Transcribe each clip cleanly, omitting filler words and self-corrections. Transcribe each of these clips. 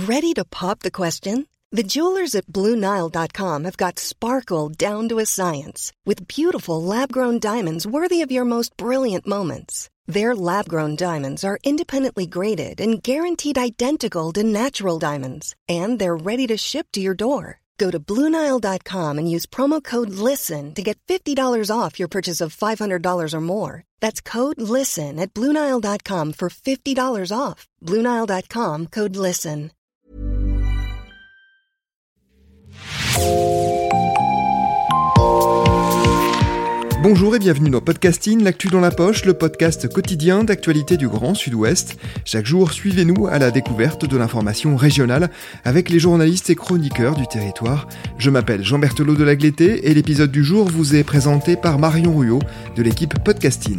Ready to pop the question? The jewelers at BlueNile.com have got sparkle down to a science with beautiful lab-grown diamonds worthy of your most brilliant moments. Their lab-grown diamonds are independently graded and guaranteed identical to natural diamonds, and they're ready to ship to your door. Go to BlueNile.com and use promo code LISTEN to get $50 off your purchase of $500 or more. That's code LISTEN at BlueNile.com for $50 off. BlueNile.com, code LISTEN. Bonjour et bienvenue dans Podcasting, l'actu dans la poche, le podcast quotidien d'actualité du Grand Sud-Ouest. Chaque jour, suivez-nous à la découverte de l'information régionale avec les journalistes et chroniqueurs du territoire. Je m'appelle Jean Berthelot de Lagleté et l'épisode du jour vous est présenté par Marion Ruot de l'équipe Podcasting.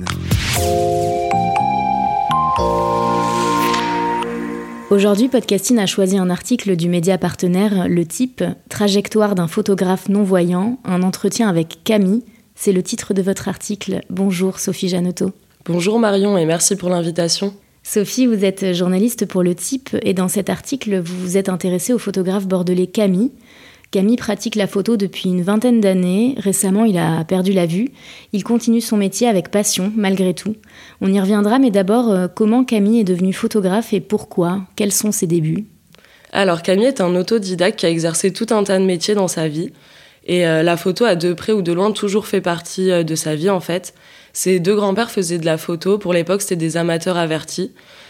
Aujourd'hui, Podcasting a choisi un article du média partenaire Le Type, Trajectoire d'un photographe non-voyant, un entretien avec Camille. C'est le titre de votre article. Bonjour Sophie Jeannotto. Bonjour Marion et merci pour l'invitation. Sophie, vous êtes journaliste pour Le Type et dans cet article, vous vous êtes intéressée au photographe bordelais Camille. Camille pratique la photo depuis une vingtaine d'années. Récemment, il a perdu la vue. Il continue son métier avec passion, malgré tout. On y reviendra, mais d'abord, comment Camille est devenu photographe et pourquoi ? Quels sont ses débuts ? Alors Camille est un autodidacte qui a exercé tout un tas de métiers dans sa vie. Et la photo a de près ou de loin toujours fait partie de sa vie en fait. Ses deux grands-pères faisaient de la photo. Pour l'époque, c'était des amateurs avertis.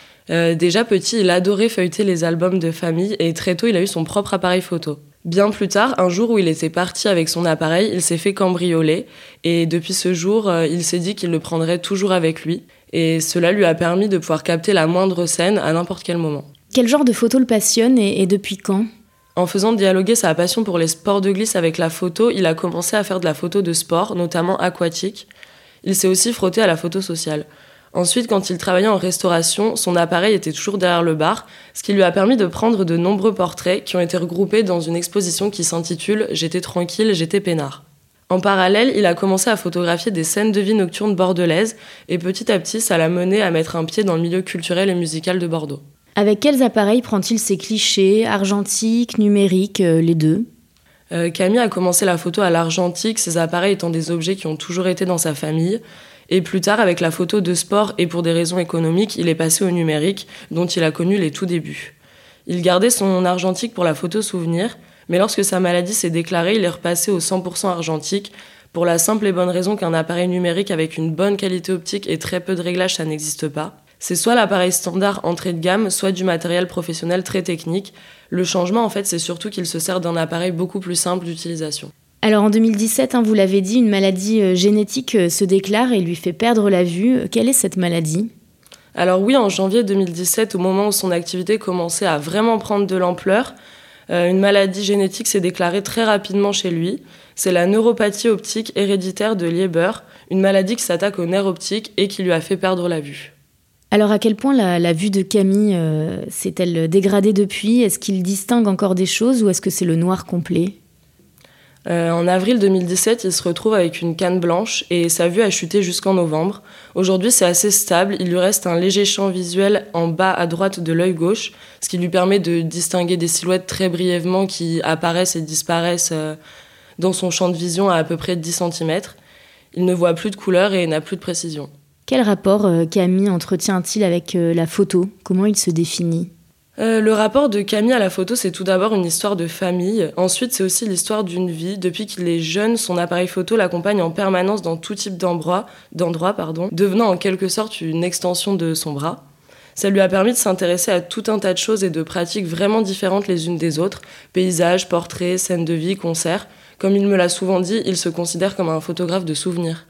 Déjà petit, il adorait feuilleter les albums de famille et très tôt, il a eu son propre appareil photo. Bien plus tard, un jour où il était parti avec son appareil, il s'est fait cambrioler. Et depuis ce jour, il s'est dit qu'il le prendrait toujours avec lui. Et cela lui a permis de pouvoir capter la moindre scène à n'importe quel moment. Quel genre de photo le passionne et depuis quand ? En faisant dialoguer sa passion pour les sports de glisse avec la photo, il a commencé à faire de la photo de sport, notamment aquatique. Il s'est aussi frotté à la photo sociale. Ensuite, quand il travaillait en restauration, son appareil était toujours derrière le bar, ce qui lui a permis de prendre de nombreux portraits qui ont été regroupés dans une exposition qui s'intitule « J'étais tranquille, j'étais peinard ». En parallèle, il a commencé à photographier des scènes de vie nocturnes bordelaises et petit à petit, ça l'a mené à mettre un pied dans le milieu culturel et musical de Bordeaux. Avec quels appareils prend-il ses clichés, argentiques, numériques, les deux ? Camille a commencé la photo à l'argentique, ses appareils étant des objets qui ont toujours été dans sa famille. Et plus tard, avec la photo de sport et pour des raisons économiques, il est passé au numérique, dont il a connu les tout débuts. Il gardait son argentique pour la photo souvenir, mais lorsque sa maladie s'est déclarée, il est repassé au 100% argentique, pour la simple et bonne raison qu'un appareil numérique avec une bonne qualité optique et très peu de réglages, ça n'existe pas. C'est soit l'appareil standard entrée de gamme, soit du matériel professionnel très technique. Le changement, en fait, c'est surtout qu'il se sert d'un appareil beaucoup plus simple d'utilisation. Alors en 2017, vous l'avez dit, une maladie génétique se déclare et lui fait perdre la vue. Quelle est cette maladie ? Alors oui, en janvier 2017, au moment où son activité commençait à vraiment prendre de l'ampleur, une maladie génétique s'est déclarée très rapidement chez lui. C'est la neuropathie optique héréditaire de Leber, une maladie qui s'attaque au nerf optique et qui lui a fait perdre la vue. Alors à quel point la vue de Camille s'est-elle dégradée depuis ? Est-ce qu'il distingue encore des choses ou est-ce que c'est le noir complet ? En avril 2017, il se retrouve avec une canne blanche et sa vue a chuté jusqu'en novembre. Aujourd'hui, c'est assez stable. Il lui reste un léger champ visuel en bas à droite de l'œil gauche, ce qui lui permet de distinguer des silhouettes très brièvement qui apparaissent et disparaissent dans son champ de vision à peu près 10 cm. Il ne voit plus de couleur et n'a plus de précision. Quel rapport Camille entretient-il avec la photo ? Comment il se définit ? Le rapport de Camille à la photo, c'est tout d'abord une histoire de famille. Ensuite, c'est aussi l'histoire d'une vie. Depuis qu'il est jeune, son appareil photo l'accompagne en permanence dans tout type d'endroits, devenant en quelque sorte une extension de son bras. Ça lui a permis de s'intéresser à tout un tas de choses et de pratiques vraiment différentes les unes des autres. Paysages, portraits, scènes de vie, concerts. Comme il me l'a souvent dit, il se considère comme un photographe de souvenirs.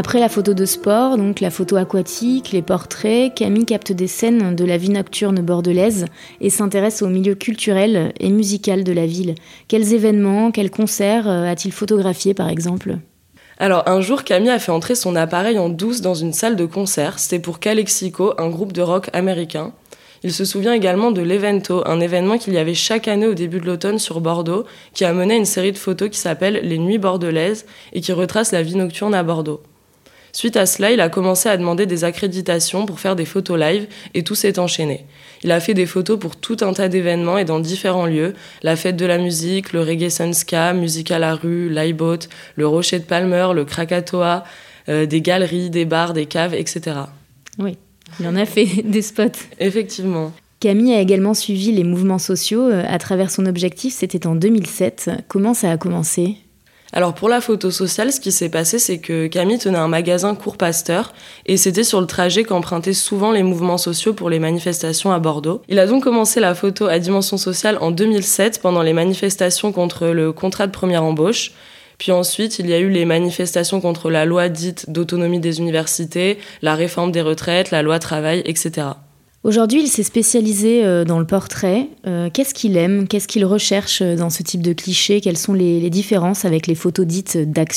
Après la photo de sport, donc la photo aquatique, les portraits, Camille capte des scènes de la vie nocturne bordelaise et s'intéresse au milieu culturel et musical de la ville. Quels événements, quels concerts a-t-il photographié par exemple ? Alors un jour, Camille a fait entrer son appareil en douce dans une salle de concert. C'était pour Calexico, un groupe de rock américain. Il se souvient également de l'Evento, un événement qu'il y avait chaque année au début de l'automne sur Bordeaux, qui a mené à une série de photos qui s'appelle Les Nuits bordelaises et qui retrace la vie nocturne à Bordeaux. Suite à cela, il a commencé à demander des accréditations pour faire des photos live et tout s'est enchaîné. Il a fait des photos pour tout un tas d'événements et dans différents lieux, la fête de la musique, le Reggae Sun Ska, Musique à la rue, l'iBoat, le Rocher de Palmer, le Krakatoa, des galeries, des bars, des caves, etc. Oui. Il en a fait des spots. Effectivement. Camille a également suivi les mouvements sociaux à travers son objectif, c'était en 2007. Comment ça a commencé ? Alors pour la photo sociale, ce qui s'est passé, c'est que Camille tenait un magasin Cours Pasteur et c'était sur le trajet qu'empruntaient souvent les mouvements sociaux pour les manifestations à Bordeaux. Il a donc commencé la photo à dimension sociale en 2007 pendant les manifestations contre le contrat de première embauche. Puis ensuite, il y a eu les manifestations contre la loi dite d'autonomie des universités, la réforme des retraites, la loi travail, etc. Aujourd'hui, il s'est spécialisé dans le portrait. Qu'est-ce qu'il aime ? Qu'est-ce qu'il recherche dans ce type de clichés ? Quelles sont les différences avec les photos dites d'action ?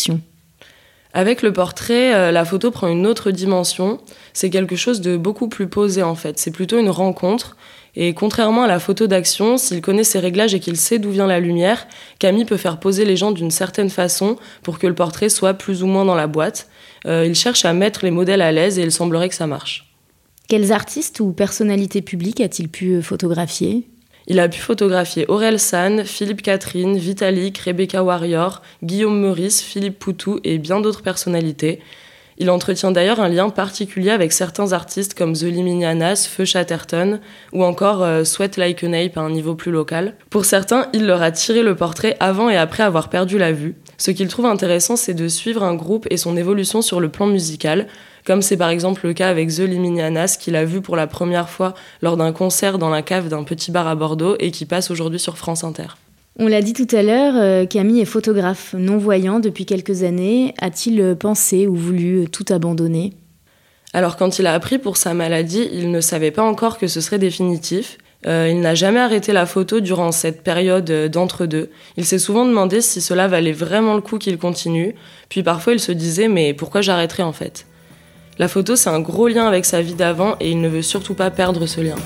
Avec le portrait, la photo prend une autre dimension. C'est quelque chose de beaucoup plus posé en fait. C'est plutôt une rencontre. Et contrairement à la photo d'action, s'il connaît ses réglages et qu'il sait d'où vient la lumière, Camille peut faire poser les gens d'une certaine façon pour que le portrait soit plus ou moins dans la boîte. Il cherche à mettre les modèles à l'aise et il semblerait que ça marche. Quels artistes ou personnalités publiques a-t-il pu photographier ? Il a pu photographier Aurel San, Philippe Catherine, Vitalik, Rebecca Warrior, Guillaume Meurice, Philippe Poutou et bien d'autres personnalités. Il entretient d'ailleurs un lien particulier avec certains artistes comme The Liminianas, Feu Chatterton ou encore Sweat Like a Ape à un niveau plus local. Pour certains, il leur a tiré le portrait avant et après avoir perdu la vue. Ce qu'il trouve intéressant, c'est de suivre un groupe et son évolution sur le plan musical, comme c'est par exemple le cas avec The Liminianas qu'il a vu pour la première fois lors d'un concert dans la cave d'un petit bar à Bordeaux et qui passe aujourd'hui sur France Inter. On l'a dit tout à l'heure, Camille est photographe non-voyant depuis quelques années. A-t-il pensé ou voulu tout abandonner ? Alors quand il a appris pour sa maladie, il ne savait pas encore que ce serait définitif. Il n'a jamais arrêté la photo durant cette période d'entre-deux. Il s'est souvent demandé si cela valait vraiment le coup qu'il continue. Puis parfois il se disait « mais pourquoi j'arrêterais en fait ?» La photo, c'est un gros lien avec sa vie d'avant et il ne veut surtout pas perdre ce lien.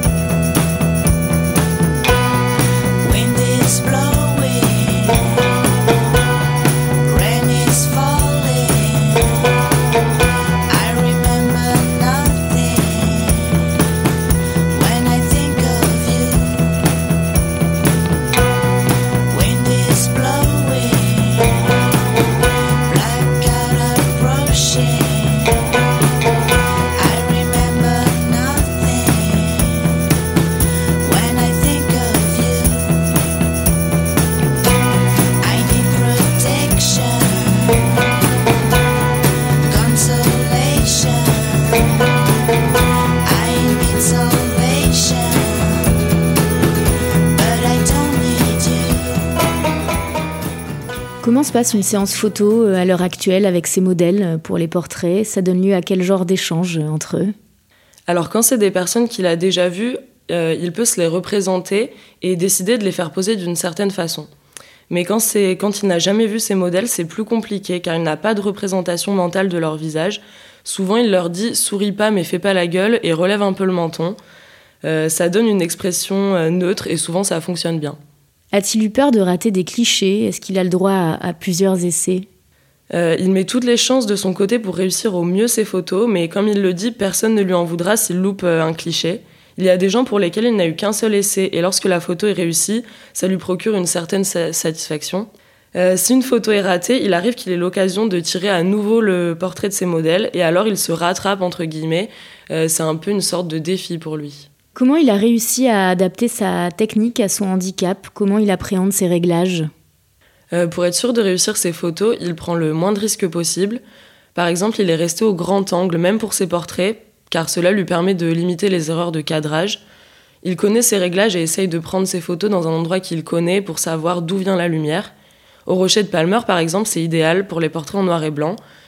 Comment se passe une séance photo à l'heure actuelle avec ces modèles pour les portraits ? Ça donne lieu à quel genre d'échange entre eux ? Alors quand c'est des personnes qu'il a déjà vues, il peut se les représenter et décider de les faire poser d'une certaine façon. Mais quand il n'a jamais vu ces modèles, c'est plus compliqué car il n'a pas de représentation mentale de leur visage. Souvent, il leur dit « souris pas mais fais pas la gueule » et relève un peu le menton. Ça donne une expression neutre et souvent ça fonctionne bien. A-t-il eu peur de rater des clichés ? Est-ce qu'il a le droit à plusieurs essais ? Il met toutes les chances de son côté pour réussir au mieux ses photos, mais comme il le dit, personne ne lui en voudra s'il loupe un cliché. Il y a des gens pour lesquels il n'a eu qu'un seul essai, et lorsque la photo est réussie, ça lui procure une certaine satisfaction. Si une photo est ratée, il arrive qu'il ait l'occasion de tirer à nouveau le portrait de ses modèles, et alors il se rattrape, entre guillemets. C'est un peu une sorte de défi pour lui. Comment il a réussi à adapter sa technique à son handicap ? Comment il appréhende ses réglages ? Pour être sûr de réussir ses photos, il prend le moins de risques possible. Par exemple, il est resté au grand angle, même pour ses portraits, car cela lui permet de limiter les erreurs de cadrage. Il connaît ses réglages et essaye de prendre ses photos dans un endroit qu'il connaît pour savoir d'où vient la lumière. Au Rocher de Palmer, par exemple, c'est idéal pour les portraits en noir et blanc.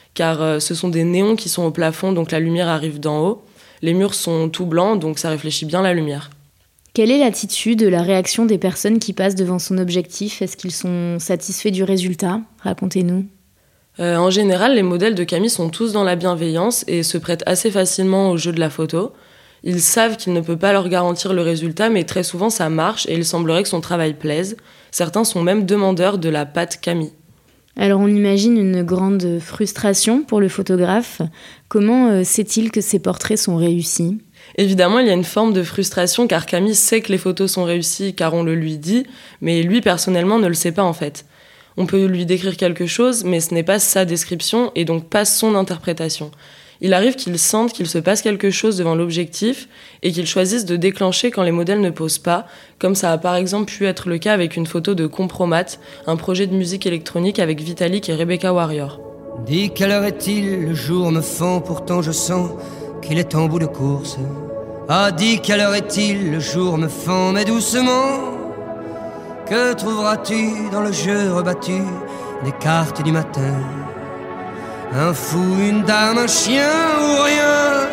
car ce sont des néons qui sont au plafond, donc la lumière arrive d'en haut. Les murs sont tout blancs, donc ça réfléchit bien la lumière. Quelle est l'attitude, la réaction des personnes qui passent devant son objectif ? Est-ce qu'ils sont satisfaits du résultat ? Racontez-nous. En général, les modèles de Camille sont tous dans la bienveillance et se prêtent assez facilement au jeu de la photo. Ils savent qu'il ne peut pas leur garantir le résultat, mais très souvent ça marche et il semblerait que son travail plaise. Certains sont même demandeurs de la patte Camille. Alors on imagine une grande frustration pour le photographe. Comment sait-il que ses portraits sont réussis ? Évidemment, il y a une forme de frustration car Camille sait que les photos sont réussies car on le lui dit, mais lui personnellement ne le sait pas en fait. On peut lui décrire quelque chose, mais ce n'est pas sa description et donc pas son interprétation. Il arrive qu'il sente qu'il se passe quelque chose devant l'objectif et qu'il choisisse de déclencher quand les modèles ne posent pas, comme ça a par exemple pu être le cas avec une photo de Compromat, un projet de musique électronique avec Vitalik et Rebecca Warrior. Dis quelle heure est-il, le jour me fend, pourtant je sens qu'il est en bout de course. Ah, dis quelle heure est-il, le jour me fend, mais doucement. Que trouveras-tu dans le jeu rebattu des cartes du matin? Un fou, une dame, un chien ou rien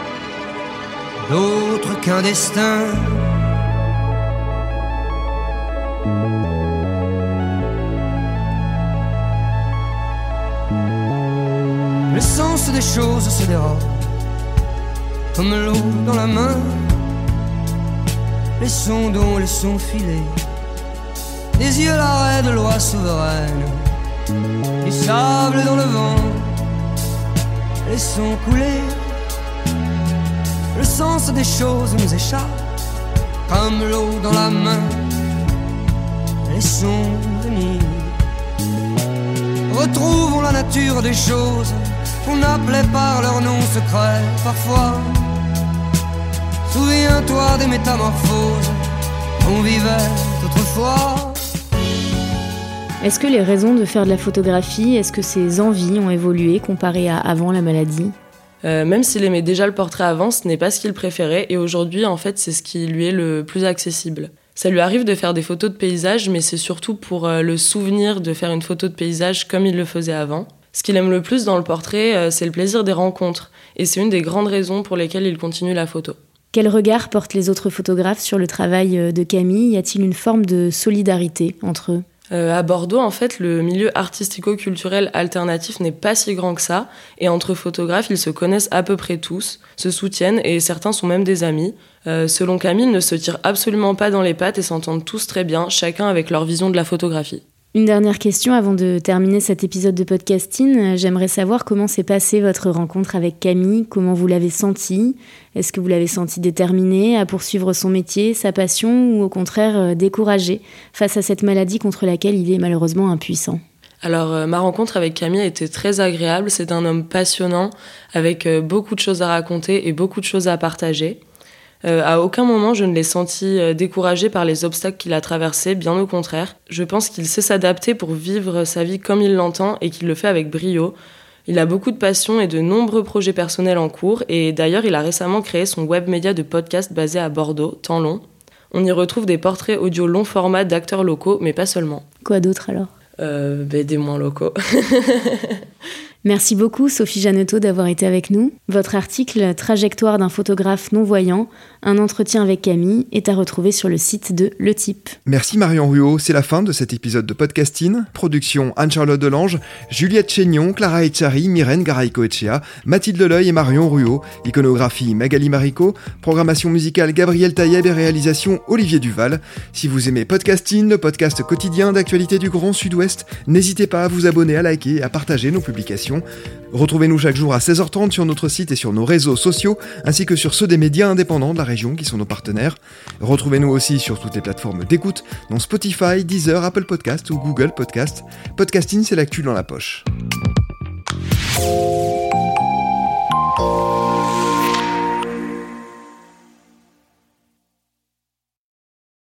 d'autre qu'un destin. Le sens des choses se dérobe comme l'eau dans la main. Laissons donc, laissons filer des yeux l'arrêt de loi souveraine. Du sable dans le vent, laissons couler. Le sens des choses nous échappe comme l'eau dans la main. Laissons venir. Retrouvons la nature des choses qu'on appelait par leur nom secret parfois. Souviens-toi des métamorphoses qu'on vivait autrefois. Est-ce que les raisons de faire de la photographie, est-ce que ses envies ont évolué comparé à avant la maladie ? Même s'il aimait déjà le portrait avant, ce n'est pas ce qu'il préférait et aujourd'hui, en fait, c'est ce qui lui est le plus accessible. Ça lui arrive de faire des photos de paysages, mais c'est surtout pour le souvenir de faire une photo de paysage comme il le faisait avant. Ce qu'il aime le plus dans le portrait, c'est le plaisir des rencontres et c'est une des grandes raisons pour lesquelles il continue la photo. Quel regard portent les autres photographes sur le travail de Camille ? Y a-t-il une forme de solidarité entre eux ? À Bordeaux, en fait, le milieu artistico-culturel alternatif n'est pas si grand que ça. Et entre photographes, ils se connaissent à peu près tous, se soutiennent et certains sont même des amis. Selon Camille, ils ne se tirent absolument pas dans les pattes et s'entendent tous très bien, chacun avec leur vision de la photographie. Une dernière question avant de terminer cet épisode de podcasting. J'aimerais savoir comment s'est passée votre rencontre avec Camille, comment vous l'avez sentie. Est-ce que vous l'avez senti déterminée à poursuivre son métier, sa passion, ou au contraire découragée face à cette maladie contre laquelle il est malheureusement impuissant ? Alors, ma rencontre avec Camille a été très agréable. C'est un homme passionnant, avec beaucoup de choses à raconter et beaucoup de choses à partager. À aucun moment je ne l'ai senti découragé par les obstacles qu'il a traversés, bien au contraire. Je pense qu'il sait s'adapter pour vivre sa vie comme il l'entend et qu'il le fait avec brio. Il a beaucoup de passion et de nombreux projets personnels en cours et d'ailleurs il a récemment créé son web média de podcast basé à Bordeaux, Temps Long. On y retrouve des portraits audio long format d'acteurs locaux, mais pas seulement. Quoi d'autre alors ? Des moins locaux. Merci beaucoup Sophie Jeannetot d'avoir été avec nous. Votre article « Trajectoire d'un photographe non-voyant, un entretien avec Camille » est à retrouver sur le site de Le Type. Merci Marion Ruot, c'est la fin de cet épisode de Podcasting. Production Anne-Charlotte Delange, Juliette Chénion, Clara Echari, Myrène Garay-Coetchea, Mathilde Leuil et Marion Ruot. Iconographie Magali Marico, programmation musicale Gabriel Taïeb et réalisation Olivier Duval. Si vous aimez Podcasting, le podcast quotidien d'actualité du Grand Sud-Ouest, n'hésitez pas à vous abonner, à liker et à partager nos publications. Retrouvez-nous chaque jour à 16h30 sur notre site et sur nos réseaux sociaux, ainsi que sur ceux des médias indépendants de la région qui sont nos partenaires. Retrouvez-nous aussi sur toutes les plateformes d'écoute, dont Spotify, Deezer, Apple Podcast ou Google Podcast. Podcasting, c'est l'actu dans la poche.